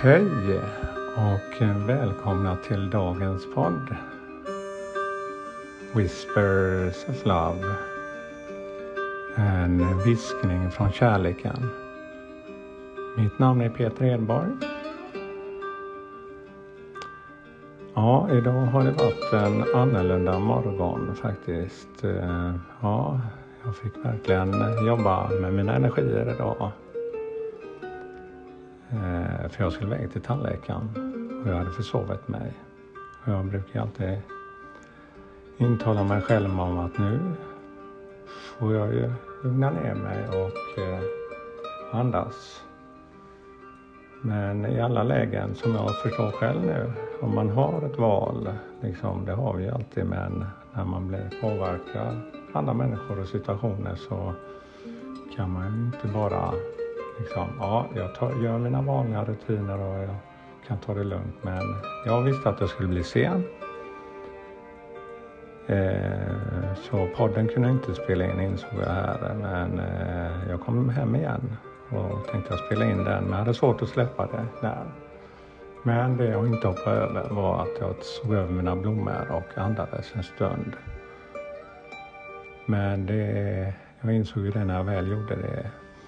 Hej och välkomna till dagens podd Whispers of Love. En viskning från kärleken. Mitt namn är Peter Edborg. Ja, idag har det varit en annorlunda morgon faktiskt. Ja, jag fick verkligen jobba med mina energier idag. För jag skulle iväg till tandläkaren och jag hade försovit mig. Och jag brukar alltid intala mig själv om att nu får jag ju lugna ner mig och andas. Men i alla lägen som jag förstår själv nu, om man har ett val, liksom, det har vi alltid, men när man blir påverkad andra människor och situationer så kan man inte bara liksom, ja, jag gör mina vanliga rutiner och jag kan ta det lugnt, men jag visste att jag skulle bli sen. Så podden kunde inte spela in, insåg jag här, men jag kom hem igen och tänkte jag spela in den, men jag hade svårt att släppa det där. Men det jag inte hoppade över var att jag såg över mina blommor och andades en stund. Men jag insåg ju det när jag väl gjorde det,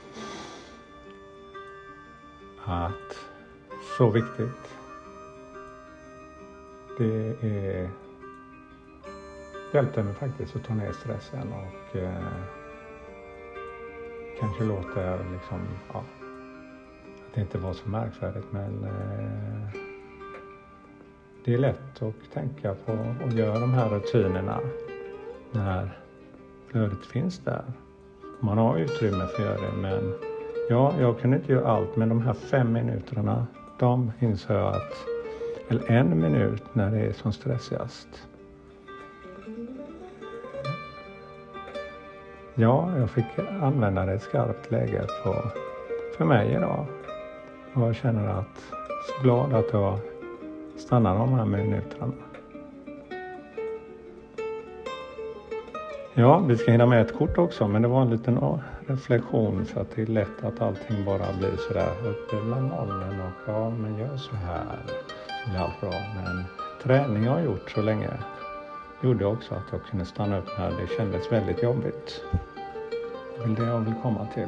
att så viktigt. Det hjälpte mig faktiskt att ta ner stressen och kanske låter liksom, ja, att det inte var så märkvärdigt, men det är lätt att tänka på och göra de här rutinerna när flödet finns där. Man har utrymme för att göra det, men ja, jag kunde inte göra allt, men de här 5 minuterna, de insåg jag att, eller 1 minut när det är som stressigast. Ja, jag fick använda det i ett skarpt läge för mig idag. Och jag känner att så glad att jag stannar de här minuterna. Ja, vi ska hinna med ett kort också, men det var en liten reflektion, för att det är lätt att allting bara blir sådär uppe bland molnen och ja, men gör så här så blir allt bra. Men träning jag har gjort så länge gjorde också att jag kunde stanna upp när det kändes väldigt jobbigt. Det är det jag vill komma till.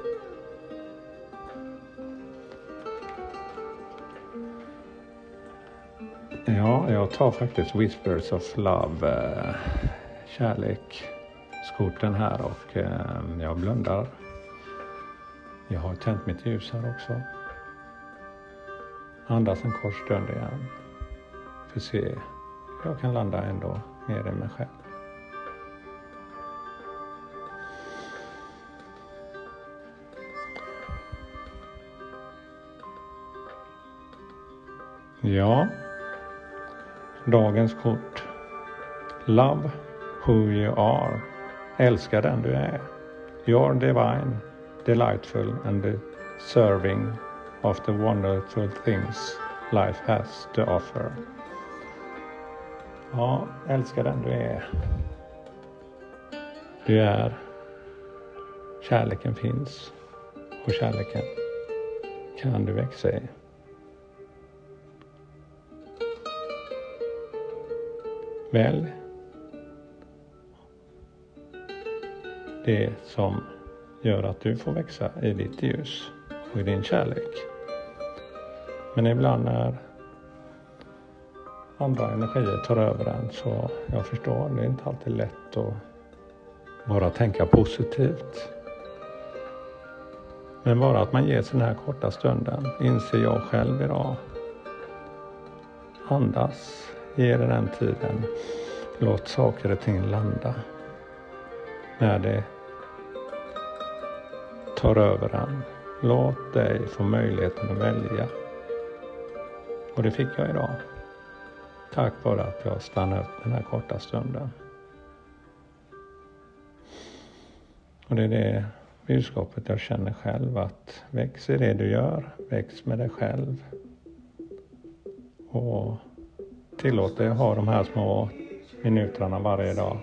Ja, jag tar faktiskt Whispers of Love, kärlek, skorten här, och jag blundar. Jag har tänt mitt ljus här också. Andas en kort stund igen. För att se hur jag kan landa ändå mer i mig själv. Ja, dagens kort. Love who you are. Älska den du är. You're divine, delightful and deserving of the wonderful things life has to offer. Ja, älska den du är. Du är. Kärleken finns. Och kärleken kan du växa i. Välj det som gör att du får växa i ditt ljus och i din kärlek. Men ibland när andra energier tar över en, så jag förstår, det är inte alltid lätt att bara tänka positivt. Men bara att man ger sig den här korta stunden, inser jag själv idag. Andas, ge det den tiden. Låt saker och ting landa. När det tar över en. Låt dig få möjligheten att välja. Och det fick jag idag. Tack vare att jag stannade upp den här korta stunden. Och det är det budskapet jag känner själv, att väx i det du gör. Väx med dig själv. Och tillåt dig att ha de här små minuterna varje dag.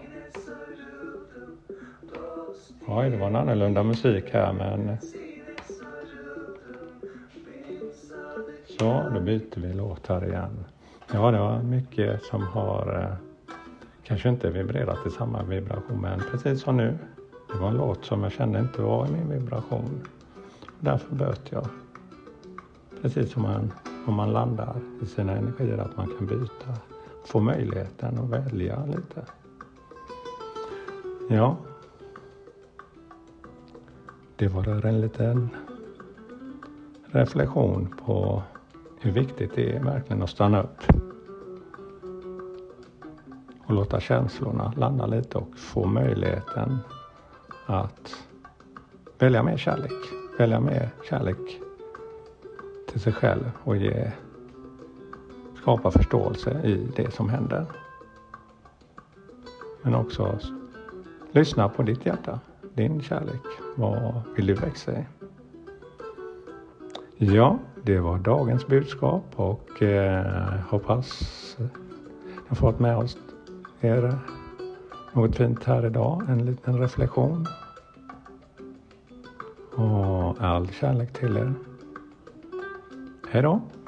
Oj, det var en annorlunda musik här, men Så, då byter vi låt här igen. Ja, det var mycket som har kanske inte vibrerat i samma vibration, men precis som nu. Det var en låt som jag kände inte var i min vibration. Därför böt jag. Precis som om man landar i sina energier, att man kan byta. Få möjligheten att välja lite. Ja. Det var en liten reflektion på hur viktigt det är verkligen att stanna upp. Och låta känslorna landa lite och få möjligheten att välja mer kärlek. Välja mer kärlek till sig själv och skapa förståelse i det som händer. Men också lyssna på ditt hjärta, din kärlek. Vad vill du växa i? Ja, det var dagens budskap och hoppas jag fått med oss något fint här idag. En liten reflektion. Och all kärlek till er. Hej då!